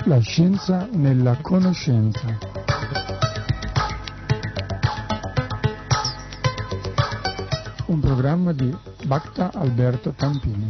La scienza nella conoscenza. Un programma di Bhakta Alberto Tampini.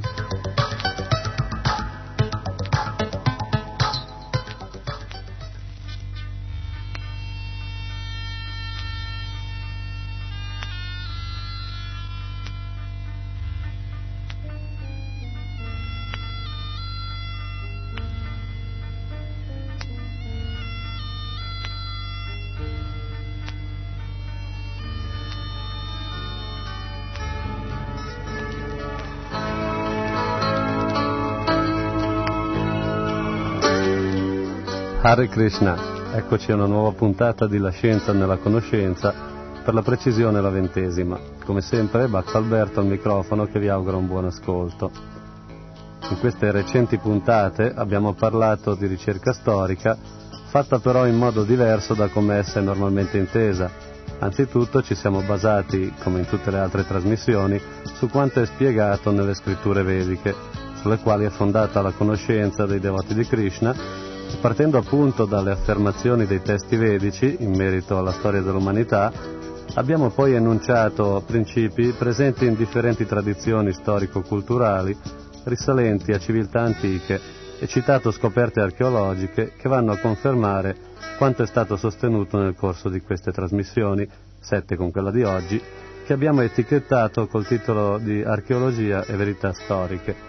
Hare Krishna, eccoci a una nuova puntata di La Scienza nella Conoscenza, per la precisione la 20ª. Come sempre, Bhakta Alberto al microfono che vi augura un buon ascolto. In queste recenti puntate abbiamo parlato di ricerca storica, fatta però in modo diverso da come essa è normalmente intesa. Anzitutto ci siamo basati, come in tutte le altre trasmissioni, su quanto è spiegato nelle scritture vediche, sulle quali è fondata la conoscenza dei devoti di Krishna. Partendo appunto dalle affermazioni dei testi vedici in merito alla storia dell'umanità, abbiamo poi enunciato principi presenti in differenti tradizioni storico-culturali risalenti a civiltà antiche e citato scoperte archeologiche che vanno a confermare quanto è stato sostenuto nel corso di queste trasmissioni, 7 con quella di oggi, che abbiamo etichettato col titolo di Archeologia e verità storiche.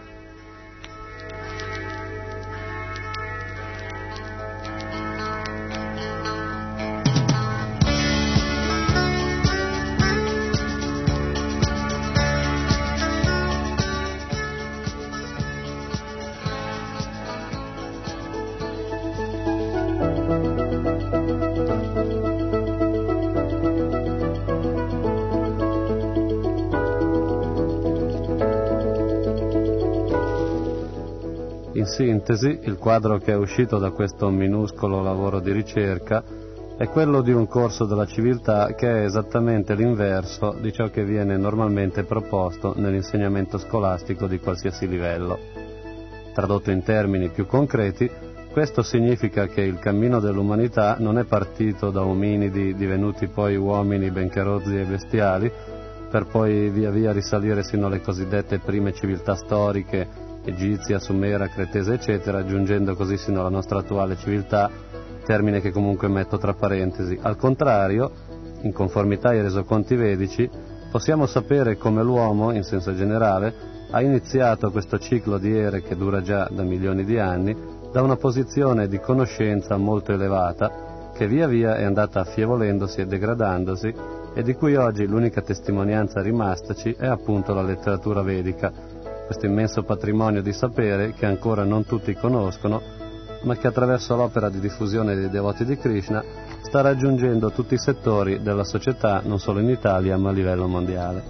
In sintesi, il quadro che è uscito da questo minuscolo lavoro di ricerca è quello di un corso della civiltà che è esattamente l'inverso di ciò che viene normalmente proposto nell'insegnamento scolastico di qualsiasi livello. Tradotto in termini più concreti, questo significa che il cammino dell'umanità non è partito da ominidi divenuti poi uomini benché rozzi e bestiali, per poi via via risalire sino alle cosiddette prime civiltà storiche, egizia, sumera, cretese, eccetera, giungendo così sino alla nostra attuale civiltà, termine che comunque metto tra parentesi. Al contrario, in conformità ai resoconti vedici, possiamo sapere come l'uomo, in senso generale, ha iniziato questo ciclo di ere che dura già da milioni di anni, da una posizione di conoscenza molto elevata, che via via è andata affievolendosi e degradandosi, e di cui oggi l'unica testimonianza rimastaci è appunto la letteratura vedica, questo immenso patrimonio di sapere che ancora non tutti conoscono, ma che attraverso l'opera di diffusione dei devoti di Krishna sta raggiungendo tutti i settori della società, non solo in Italia, ma a livello mondiale.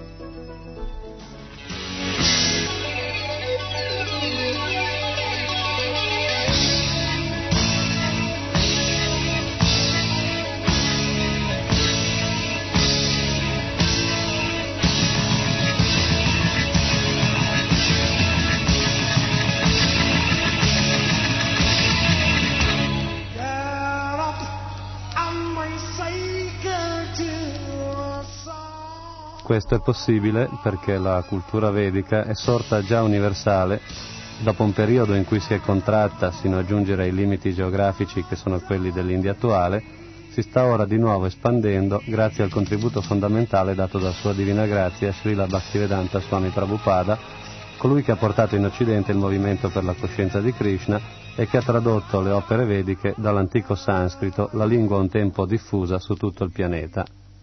Questo è possibile perché la cultura vedica è sorta già universale dopo un periodo in cui si è contratta sino a giungere ai limiti geografici che sono quelli dell'India attuale, si sta ora di nuovo espandendo grazie al contributo fondamentale dato da Sua Divina Grazia Srila Bhaktivedanta Swami Prabhupada, colui che ha portato in Occidente il movimento per la coscienza di Krishna e che ha tradotto le opere vediche dall'antico sanscrito, la lingua un tempo diffusa su tutto il pianeta.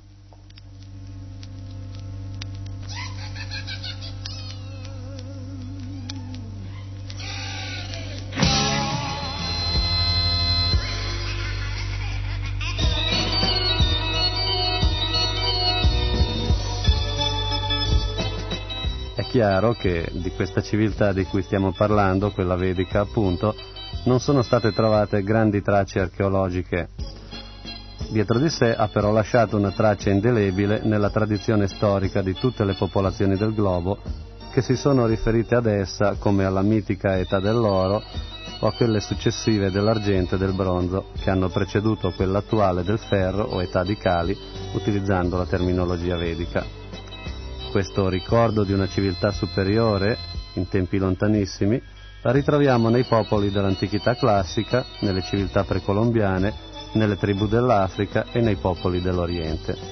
È chiaro che di questa civiltà di cui stiamo parlando, quella vedica appunto, non sono state trovate grandi tracce archeologiche. Dietro di sé ha però lasciato una traccia indelebile nella tradizione storica di tutte le popolazioni del globo che si sono riferite ad essa come alla mitica età dell'oro o a quelle successive dell'argento e del bronzo, che hanno preceduto quella attuale del ferro o età di Kali, utilizzando la terminologia vedica. Questo ricordo di una civiltà superiore, in tempi lontanissimi, la ritroviamo nei popoli dell'antichità classica, nelle civiltà precolombiane, nelle tribù dell'Africa e nei popoli dell'Oriente.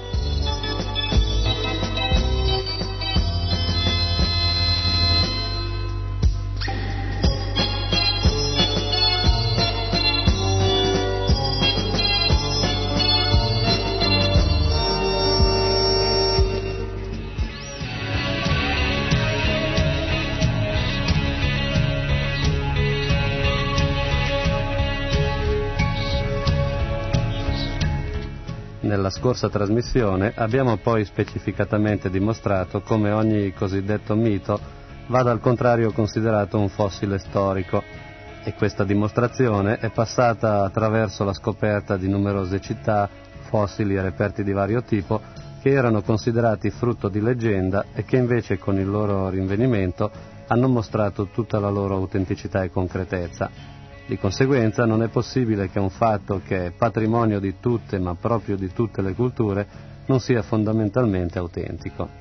Nella scorsa trasmissione abbiamo poi specificatamente dimostrato come ogni cosiddetto mito vada al contrario considerato un fossile storico, e questa dimostrazione è passata attraverso la scoperta di numerose città, fossili e reperti di vario tipo che erano considerati frutto di leggenda e che invece con il loro rinvenimento hanno mostrato tutta la loro autenticità e concretezza. Di conseguenza non è possibile che un fatto che è patrimonio di tutte, ma proprio di tutte le culture, non sia fondamentalmente autentico.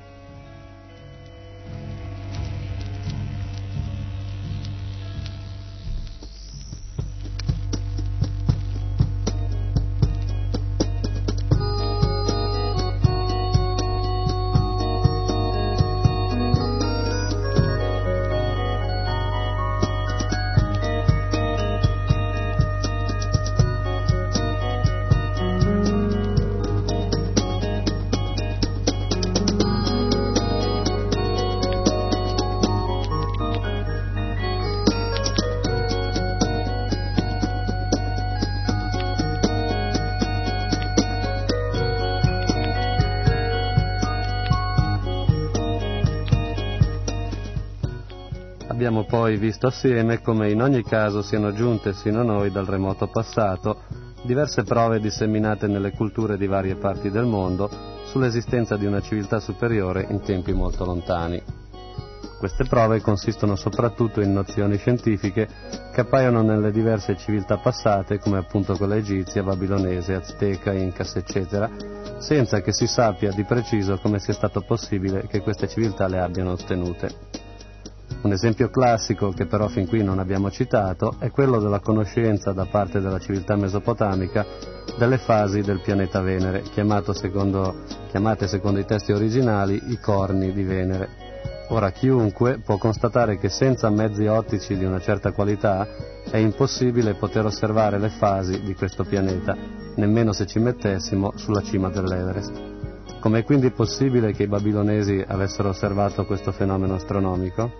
Abbiamo poi visto assieme come in ogni caso siano giunte sino a noi dal remoto passato diverse prove disseminate nelle culture di varie parti del mondo sull'esistenza di una civiltà superiore in tempi molto lontani. Queste prove consistono soprattutto in nozioni scientifiche che appaiono nelle diverse civiltà passate, come appunto quella egizia, babilonese, azteca, incas, eccetera, senza che si sappia di preciso come sia stato possibile che queste civiltà le abbiano ottenute. Un esempio classico, che però fin qui non abbiamo citato, è quello della conoscenza da parte della civiltà mesopotamica delle fasi del pianeta Venere, chiamate secondo i testi originali i corni di Venere. Ora chiunque può constatare che senza mezzi ottici di una certa qualità è impossibile poter osservare le fasi di questo pianeta, nemmeno se ci mettessimo sulla cima dell'Everest. Com'è quindi possibile che i babilonesi avessero osservato questo fenomeno astronomico?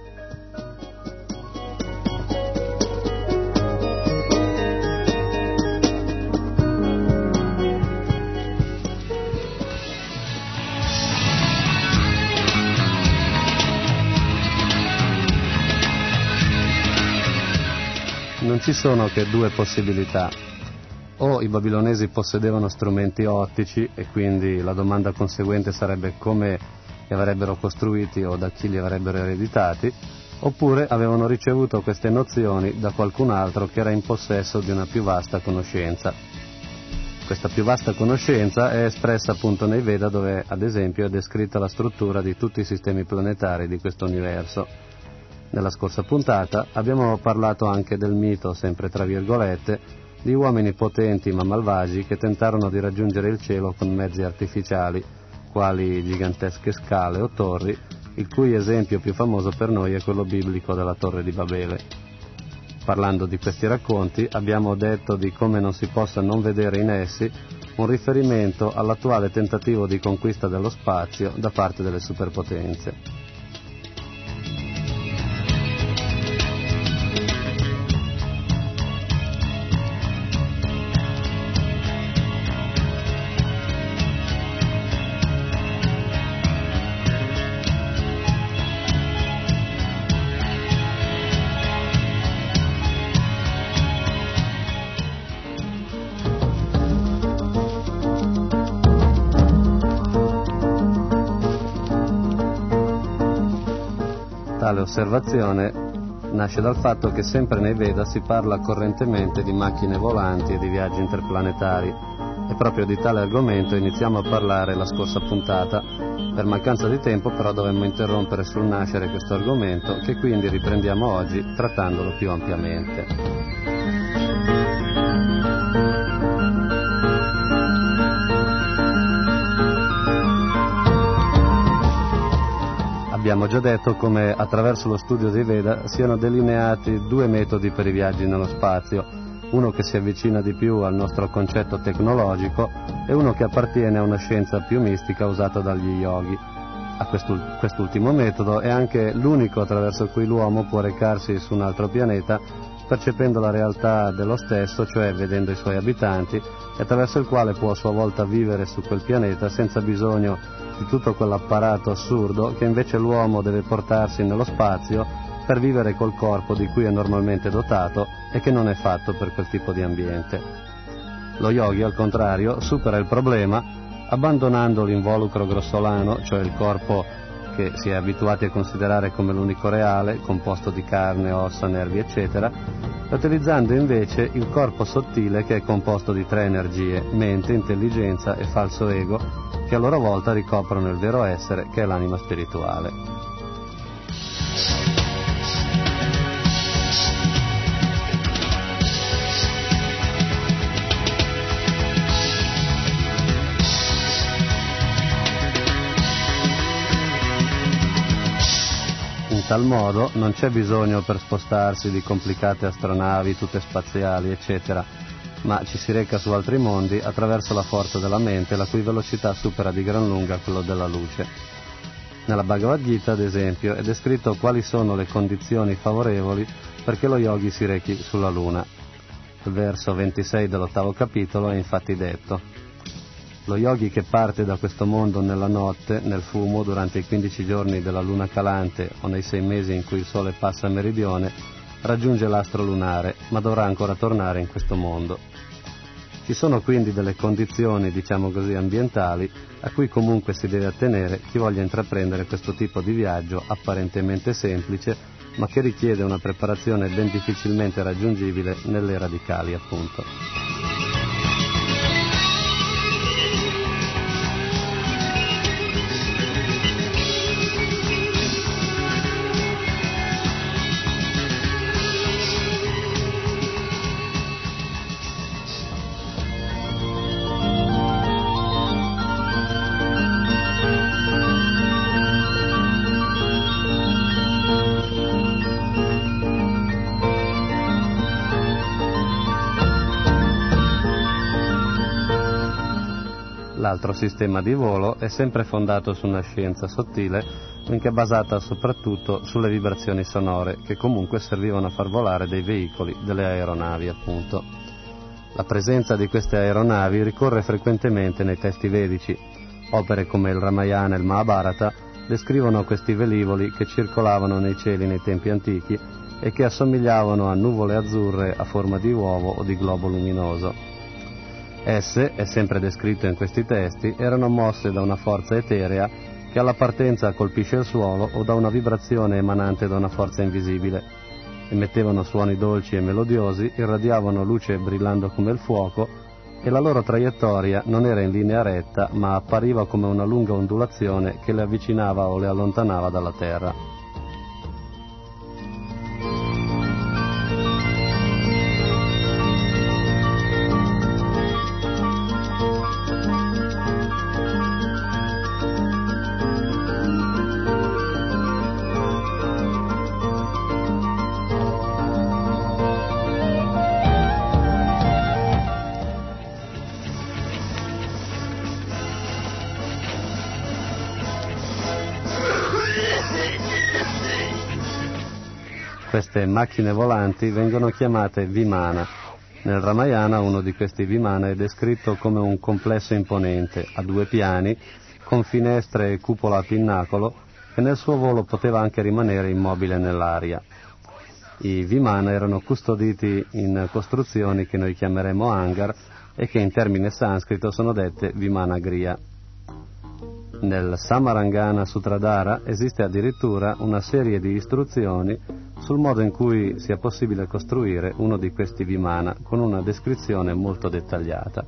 Non ci sono che due possibilità: o i babilonesi possedevano strumenti ottici e quindi la domanda conseguente sarebbe come li avrebbero costruiti o da chi li avrebbero ereditati, oppure avevano ricevuto queste nozioni da qualcun altro che era in possesso di una più vasta conoscenza. Questa più vasta conoscenza è espressa appunto nei Veda, dove ad esempio è descritta la struttura di tutti i sistemi planetari di questo universo. Nella scorsa puntata abbiamo parlato anche del mito, sempre tra virgolette, di uomini potenti ma malvagi che tentarono di raggiungere il cielo con mezzi artificiali, quali gigantesche scale o torri, il cui esempio più famoso per noi è quello biblico della Torre di Babele. Parlando di questi racconti abbiamo detto di come non si possa non vedere in essi un riferimento all'attuale tentativo di conquista dello spazio da parte delle superpotenze. Tale osservazione nasce dal fatto che sempre nei Veda si parla correntemente di macchine volanti e di viaggi interplanetari, e proprio di tale argomento iniziamo a parlare la scorsa puntata. Per mancanza di tempo però dovemmo interrompere sul nascere questo argomento, che quindi riprendiamo oggi trattandolo più ampiamente. Abbiamo già detto come attraverso lo studio dei Veda siano delineati due metodi per i viaggi nello spazio, uno che si avvicina di più al nostro concetto tecnologico e uno che appartiene a una scienza più mistica usata dagli yogi. Quest'ultimo metodo è anche l'unico attraverso cui l'uomo può recarsi su un altro pianeta percependo la realtà dello stesso, cioè vedendo i suoi abitanti, e attraverso il quale può a sua volta vivere su quel pianeta senza bisogno di tutto quell'apparato assurdo che invece l'uomo deve portarsi nello spazio per vivere col corpo di cui è normalmente dotato e che non è fatto per quel tipo di ambiente. Lo yogi, al contrario, supera il problema abbandonando l'involucro grossolano, cioè il corpo che si è abituati a considerare come l'unico reale, composto di carne, ossa, nervi, eccetera, utilizzando invece il corpo sottile che è composto di tre energie, mente, intelligenza e falso ego, che a loro volta ricoprono il vero essere, che è l'anima spirituale. In tal modo non c'è bisogno per spostarsi di complicate astronavi, tutte spaziali, eccetera, ma ci si reca su altri mondi attraverso la forza della mente, la cui velocità supera di gran lunga quello della luce. Nella Bhagavad Gita, ad esempio, è descritto quali sono le condizioni favorevoli perché lo yogi si rechi sulla Luna. Il verso 26 dell'8° capitolo è infatti detto: lo yogi che parte da questo mondo nella notte, nel fumo, durante i 15 giorni della luna calante o nei 6 mesi in cui il sole passa a meridione, raggiunge l'astro lunare, ma dovrà ancora tornare in questo mondo. Ci sono quindi delle condizioni, diciamo così, ambientali, a cui comunque si deve attenere chi voglia intraprendere questo tipo di viaggio apparentemente semplice, ma che richiede una preparazione ben difficilmente raggiungibile nelle radicali, appunto. L'altro sistema di volo è sempre fondato su una scienza sottile, benché basata soprattutto sulle vibrazioni sonore, che comunque servivano a far volare dei veicoli, delle aeronavi appunto. La presenza di queste aeronavi ricorre frequentemente nei testi vedici. Opere come il Ramayana e il Mahabharata descrivono questi velivoli che circolavano nei cieli nei tempi antichi e che assomigliavano a nuvole azzurre a forma di uovo o di globo luminoso. Esse, è sempre descritto in questi testi, erano mosse da una forza eterea che alla partenza colpisce il suolo o da una vibrazione emanante da una forza invisibile. Emettevano suoni dolci e melodiosi, irradiavano luce brillando come il fuoco e la loro traiettoria non era in linea retta ma appariva come una lunga ondulazione che le avvicinava o le allontanava dalla terra. Queste macchine volanti vengono chiamate Vimana. Nel Ramayana uno di questi Vimana è descritto come un complesso imponente, a 2 piani, con finestre e cupola a pinnacolo, che nel suo volo poteva anche rimanere immobile nell'aria. I Vimana erano custoditi in costruzioni che noi chiameremo hangar e che in termine sanscrito sono dette Vimana Griha. Nel Samarangana Sutradhara esiste addirittura una serie di istruzioni sul modo in cui sia possibile costruire uno di questi vimana con una descrizione molto dettagliata.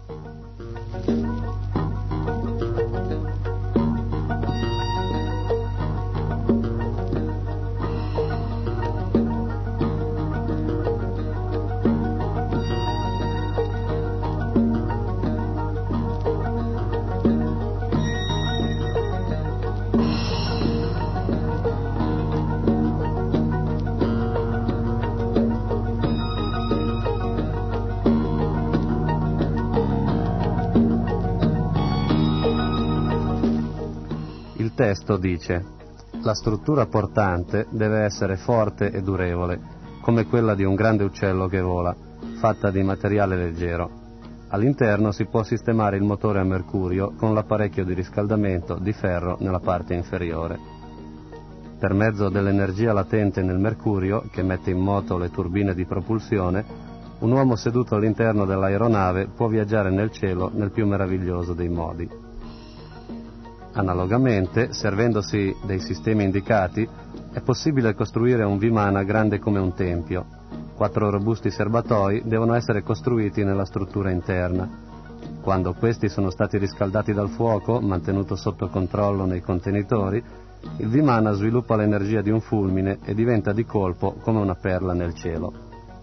Il testo dice: la struttura portante deve essere forte e durevole, come quella di un grande uccello che vola, fatta di materiale leggero. All'interno si può sistemare il motore a mercurio con l'apparecchio di riscaldamento di ferro nella parte inferiore. Per mezzo dell'energia latente nel mercurio, che mette in moto le turbine di propulsione, un uomo seduto all'interno dell'aeronave può viaggiare nel cielo nel più meraviglioso dei modi. Analogamente, servendosi dei sistemi indicati, è possibile costruire un vimana grande come un tempio. 4 robusti serbatoi devono essere costruiti nella struttura interna. Quando questi sono stati riscaldati dal fuoco, mantenuto sotto controllo nei contenitori, il vimana sviluppa l'energia di un fulmine e diventa di colpo come una perla nel cielo.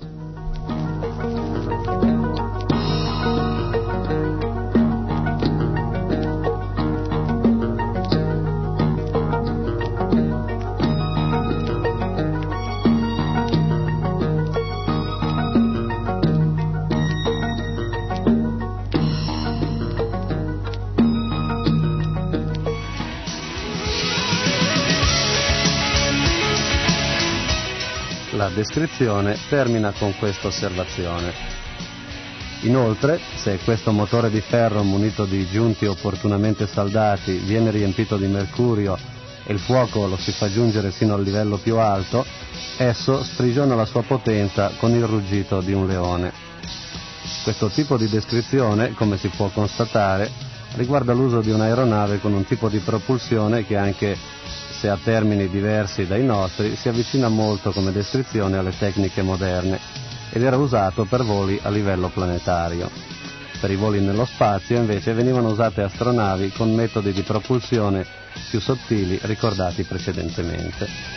La descrizione termina con questa osservazione. Inoltre, se questo motore di ferro munito di giunti opportunamente saldati viene riempito di mercurio e il fuoco lo si fa giungere sino al livello più alto, esso sprigiona la sua potenza con il ruggito di un leone. Questo tipo di descrizione, come si può constatare, riguarda l'uso di un'aeronave con un tipo di propulsione che, anche se a termini diversi dai nostri, si avvicina molto come descrizione alle tecniche moderne ed era usato per voli a livello planetario. Per i voli nello spazio invece venivano usate astronavi con metodi di propulsione più sottili ricordati precedentemente.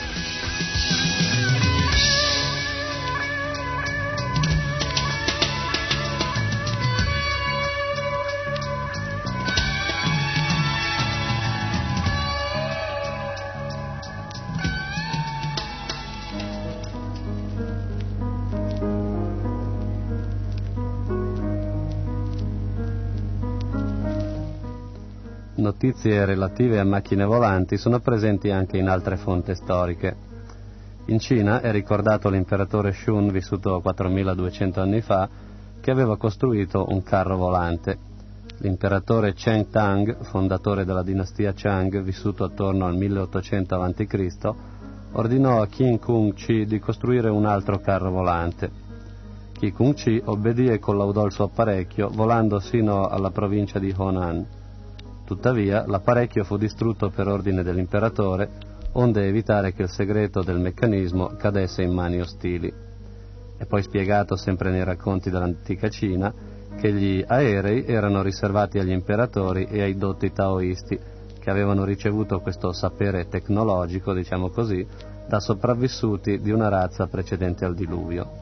Notizie relative a macchine volanti sono presenti anche in altre fonti storiche. In Cina è ricordato l'imperatore Shun, vissuto 4200 anni fa, che aveva costruito un carro volante. L'imperatore Cheng Tang, fondatore della dinastia Chang, vissuto attorno al 1800 a.C., ordinò a Qin Kung Chi di costruire un altro carro volante. Qin Kung Chi obbedì e collaudò il suo apparecchio, volando sino alla provincia di Honan. Tuttavia, l'apparecchio fu distrutto per ordine dell'imperatore, onde evitare che il segreto del meccanismo cadesse in mani ostili. È poi spiegato, sempre nei racconti dell'antica Cina, che gli aerei erano riservati agli imperatori e ai dotti taoisti, che avevano ricevuto questo sapere tecnologico, diciamo così, da sopravvissuti di una razza precedente al diluvio.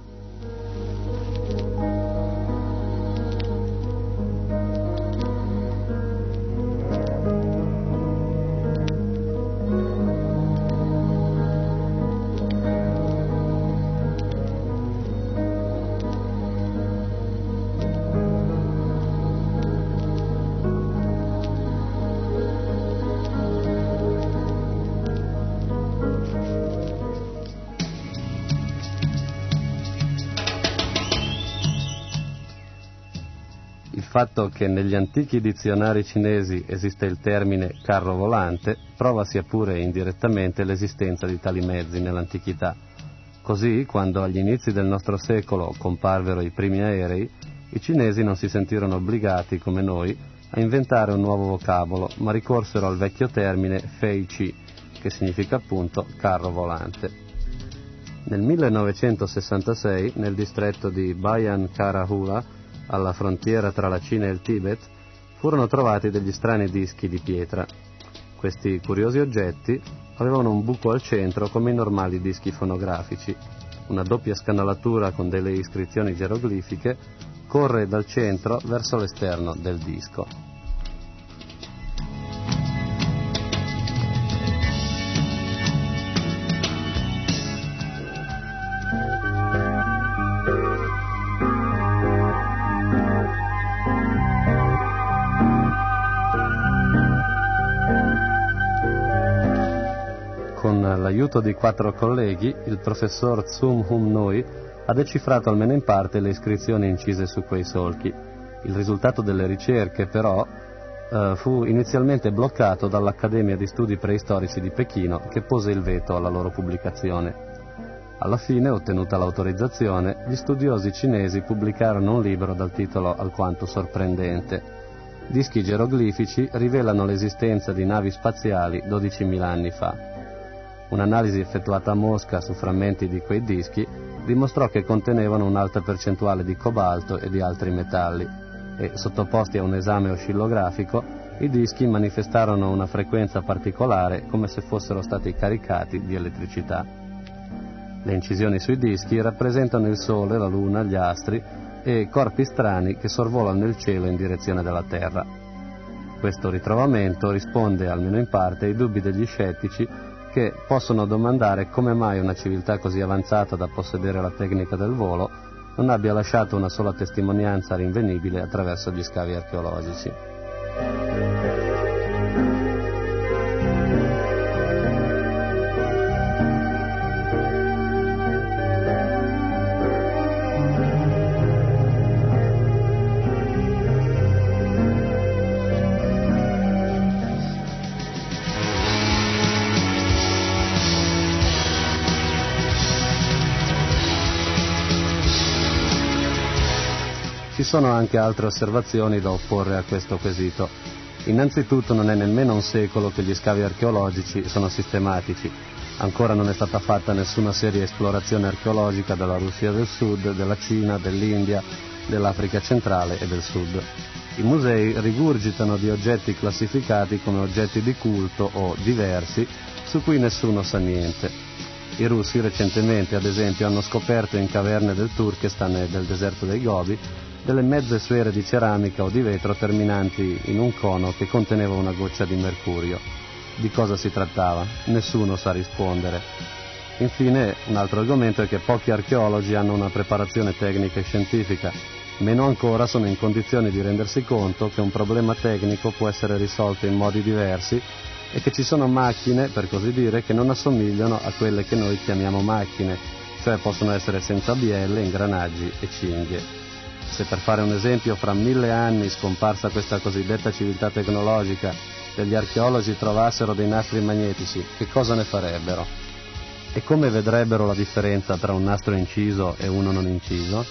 Il fatto che negli antichi dizionari cinesi esiste il termine carro volante prova sia pure indirettamente l'esistenza di tali mezzi nell'antichità. Così, quando agli inizi del nostro secolo comparvero i primi aerei, i cinesi non si sentirono obbligati, come noi, a inventare un nuovo vocabolo, ma ricorsero al vecchio termine fei chi, che significa appunto carro volante. Nel 1966, nel distretto di Bayan Khara Hula, alla frontiera tra la Cina e il Tibet, furono trovati degli strani dischi di pietra. Questi curiosi oggetti avevano un buco al centro come i normali dischi fonografici. Una doppia scanalatura con delle iscrizioni geroglifiche corre dal centro verso l'esterno del disco. Con l'aiuto di 4 colleghi, il professor Tsum Hum Noi ha decifrato almeno in parte le iscrizioni incise su quei solchi. Il risultato delle ricerche, però, fu inizialmente bloccato dall'Accademia di Studi Preistorici di Pechino, che pose il veto alla loro pubblicazione. Alla fine, ottenuta l'autorizzazione, gli studiosi cinesi pubblicarono un libro dal titolo alquanto sorprendente. Dischi geroglifici rivelano l'esistenza di navi spaziali 12.000 anni fa. Un'analisi effettuata a Mosca su frammenti di quei dischi dimostrò che contenevano un'alta percentuale di cobalto e di altri metalli e, sottoposti a un esame oscillografico, i dischi manifestarono una frequenza particolare come se fossero stati caricati di elettricità. Le incisioni sui dischi rappresentano il Sole, la Luna, gli astri e corpi strani che sorvolano il cielo in direzione della Terra. Questo ritrovamento risponde, almeno in parte, ai dubbi degli scettici che possono domandare come mai una civiltà così avanzata da possedere la tecnica del volo non abbia lasciato una sola testimonianza rinvenibile attraverso gli scavi archeologici. Ci sono anche altre osservazioni da opporre a questo quesito. Innanzitutto non è nemmeno un secolo che gli scavi archeologici sono sistematici. Ancora non è stata fatta nessuna seria esplorazione archeologica della Russia del Sud, della Cina, dell'India, dell'Africa centrale e del Sud. I musei rigurgitano di oggetti classificati come oggetti di culto o diversi, su cui nessuno sa niente. I russi recentemente, ad esempio, hanno scoperto in caverne del Turkestan e del deserto dei Gobi delle mezze sfere di ceramica o di vetro terminanti in un cono che conteneva una goccia di mercurio. Di cosa si trattava? Nessuno sa rispondere. Infine, un altro argomento è che pochi archeologi hanno una preparazione tecnica e scientifica, meno ancora sono in condizioni di rendersi conto che un problema tecnico può essere risolto in modi diversi e che ci sono macchine, per così dire, che non assomigliano a quelle che noi chiamiamo macchine, cioè possono essere senza bielle, ingranaggi e cinghie. Se, per fare un esempio, fra 1000 anni, scomparsa questa cosiddetta civiltà tecnologica, degli archeologi trovassero dei nastri magnetici, che cosa ne farebbero? E come vedrebbero la differenza tra un nastro inciso e uno non inciso?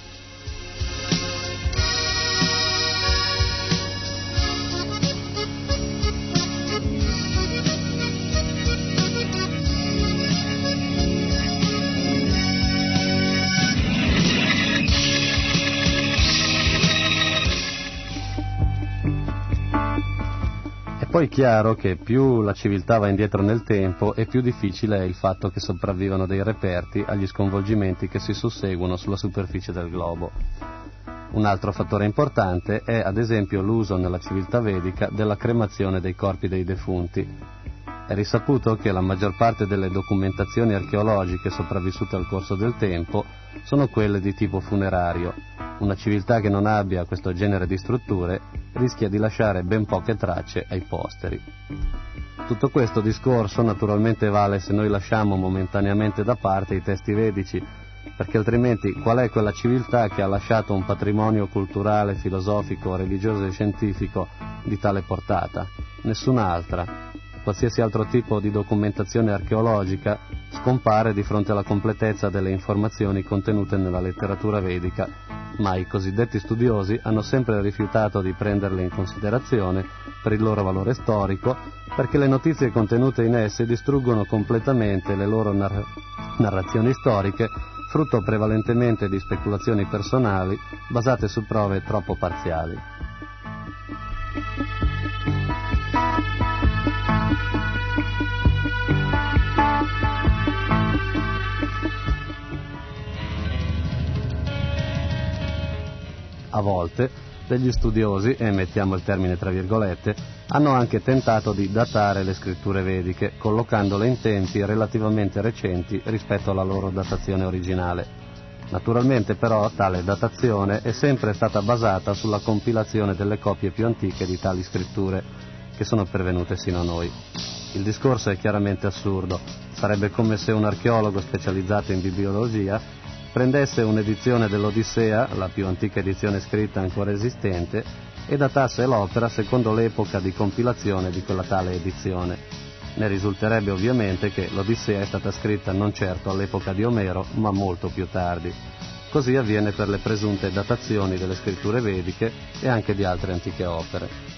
Poi chiaro che più la civiltà va indietro nel tempo e più difficile è il fatto che sopravvivano dei reperti agli sconvolgimenti che si susseguono sulla superficie del globo. Un altro fattore importante è, ad esempio, l'uso nella civiltà vedica della cremazione dei corpi dei defunti. È risaputo che la maggior parte delle documentazioni archeologiche sopravvissute al corso del tempo sono quelle di tipo funerario. Una civiltà che non abbia questo genere di strutture rischia di lasciare ben poche tracce ai posteri. Tutto questo discorso naturalmente vale se noi lasciamo momentaneamente da parte i testi vedici, perché altrimenti qual è quella civiltà che ha lasciato un patrimonio culturale, filosofico, religioso e scientifico di tale portata? Nessun'altra. Qualsiasi altro tipo di documentazione archeologica scompare di fronte alla completezza delle informazioni contenute nella letteratura vedica ma i cosiddetti studiosi hanno sempre rifiutato di prenderle in considerazione per il loro valore storico, perché le notizie contenute in esse distruggono completamente le loro narrazioni storiche, frutto prevalentemente di speculazioni personali basate su prove troppo parziali. A volte degli studiosi, e mettiamo il termine tra virgolette, hanno anche tentato di datare le scritture vediche, collocandole in tempi relativamente recenti rispetto alla loro datazione originale. Naturalmente però tale datazione è sempre stata basata sulla compilazione delle copie più antiche di tali scritture che sono pervenute sino a noi. Il discorso è chiaramente assurdo. Sarebbe come se un archeologo specializzato in bibliologia prendesse un'edizione dell'Odissea, la più antica edizione scritta ancora esistente, e datasse l'opera secondo l'epoca di compilazione di quella tale edizione. Ne risulterebbe ovviamente che l'Odissea è stata scritta non certo all'epoca di Omero, ma molto più tardi. Così avviene per le presunte datazioni delle scritture vediche e anche di altre antiche opere.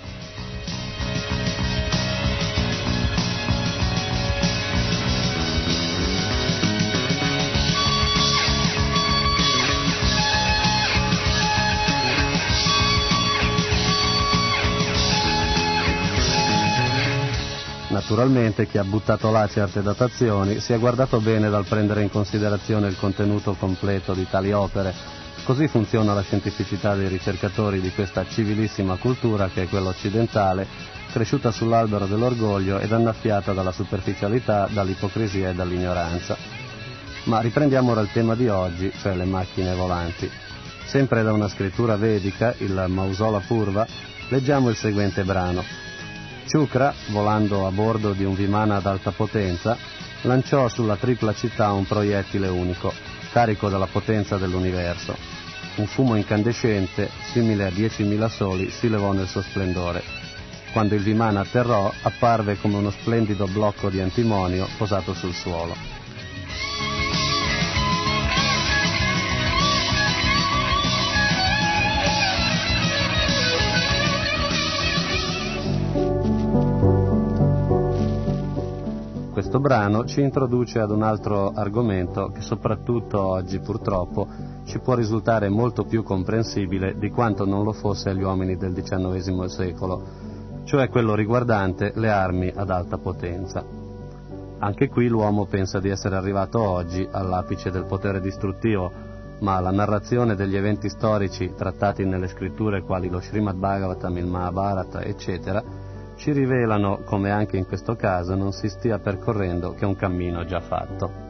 Naturalmente chi ha buttato là certe datazioni si è guardato bene dal prendere in considerazione il contenuto completo di tali opere. Così funziona la scientificità dei ricercatori di questa civilissima cultura che è quella occidentale, cresciuta sull'albero dell'orgoglio ed annaffiata dalla superficialità, dall'ipocrisia e dall'ignoranza. Ma riprendiamo ora il tema di oggi, cioè le macchine volanti. Sempre da una scrittura vedica, il Mausala Purva, leggiamo il seguente brano. Shukra, volando a bordo di un Vimana ad alta potenza, lanciò sulla tripla città un proiettile unico, carico della potenza dell'universo. Un fumo incandescente, simile a 10.000 soli, si levò nel suo splendore. Quando il Vimana atterrò, apparve come uno splendido blocco di antimonio posato sul suolo. Questo brano ci introduce ad un altro argomento che soprattutto oggi purtroppo ci può risultare molto più comprensibile di quanto non lo fosse agli uomini del XIX secolo, cioè quello riguardante le armi ad alta potenza. Anche qui l'uomo pensa di essere arrivato oggi all'apice del potere distruttivo, ma la narrazione degli eventi storici trattati nelle scritture quali lo Srimad Bhagavatam, il Mahabharata, eccetera, ci rivelano come anche in questo caso non si stia percorrendo che un cammino già fatto.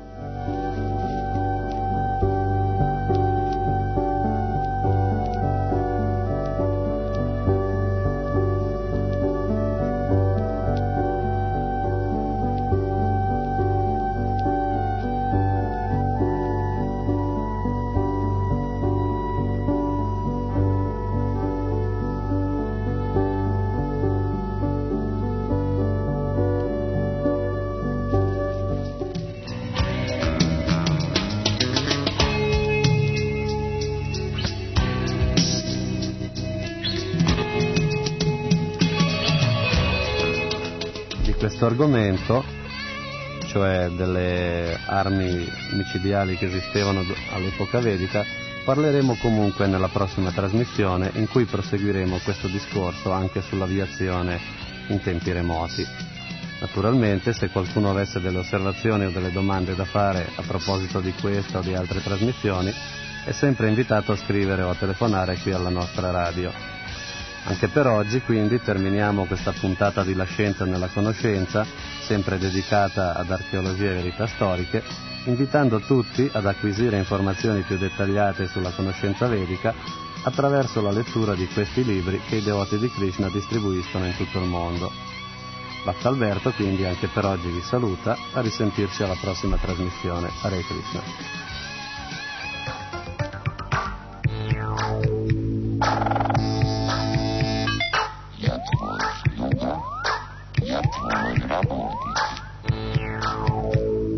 Questo argomento, cioè delle armi micidiali che esistevano all'epoca vedica, parleremo comunque nella prossima trasmissione in cui proseguiremo questo discorso anche sull'aviazione in tempi remoti. Naturalmente, se qualcuno avesse delle osservazioni o delle domande da fare a proposito di questa o di altre trasmissioni, è sempre invitato a scrivere o a telefonare qui alla nostra radio. Anche per oggi, quindi, terminiamo questa puntata di La Scienza nella Conoscenza, sempre dedicata ad archeologia e verità storiche, invitando tutti ad acquisire informazioni più dettagliate sulla conoscenza vedica attraverso la lettura di questi libri che i devoti di Krishna distribuiscono in tutto il mondo. Bhakta Alberto quindi anche per oggi vi saluta, a risentirci alla prossima trasmissione. Hare Krishna.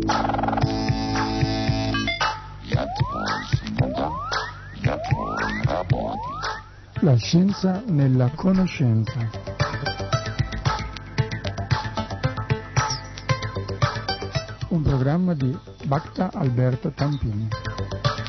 Yat was La scienza nella conoscenza. Un programma di Bhakta Alberto Tampini.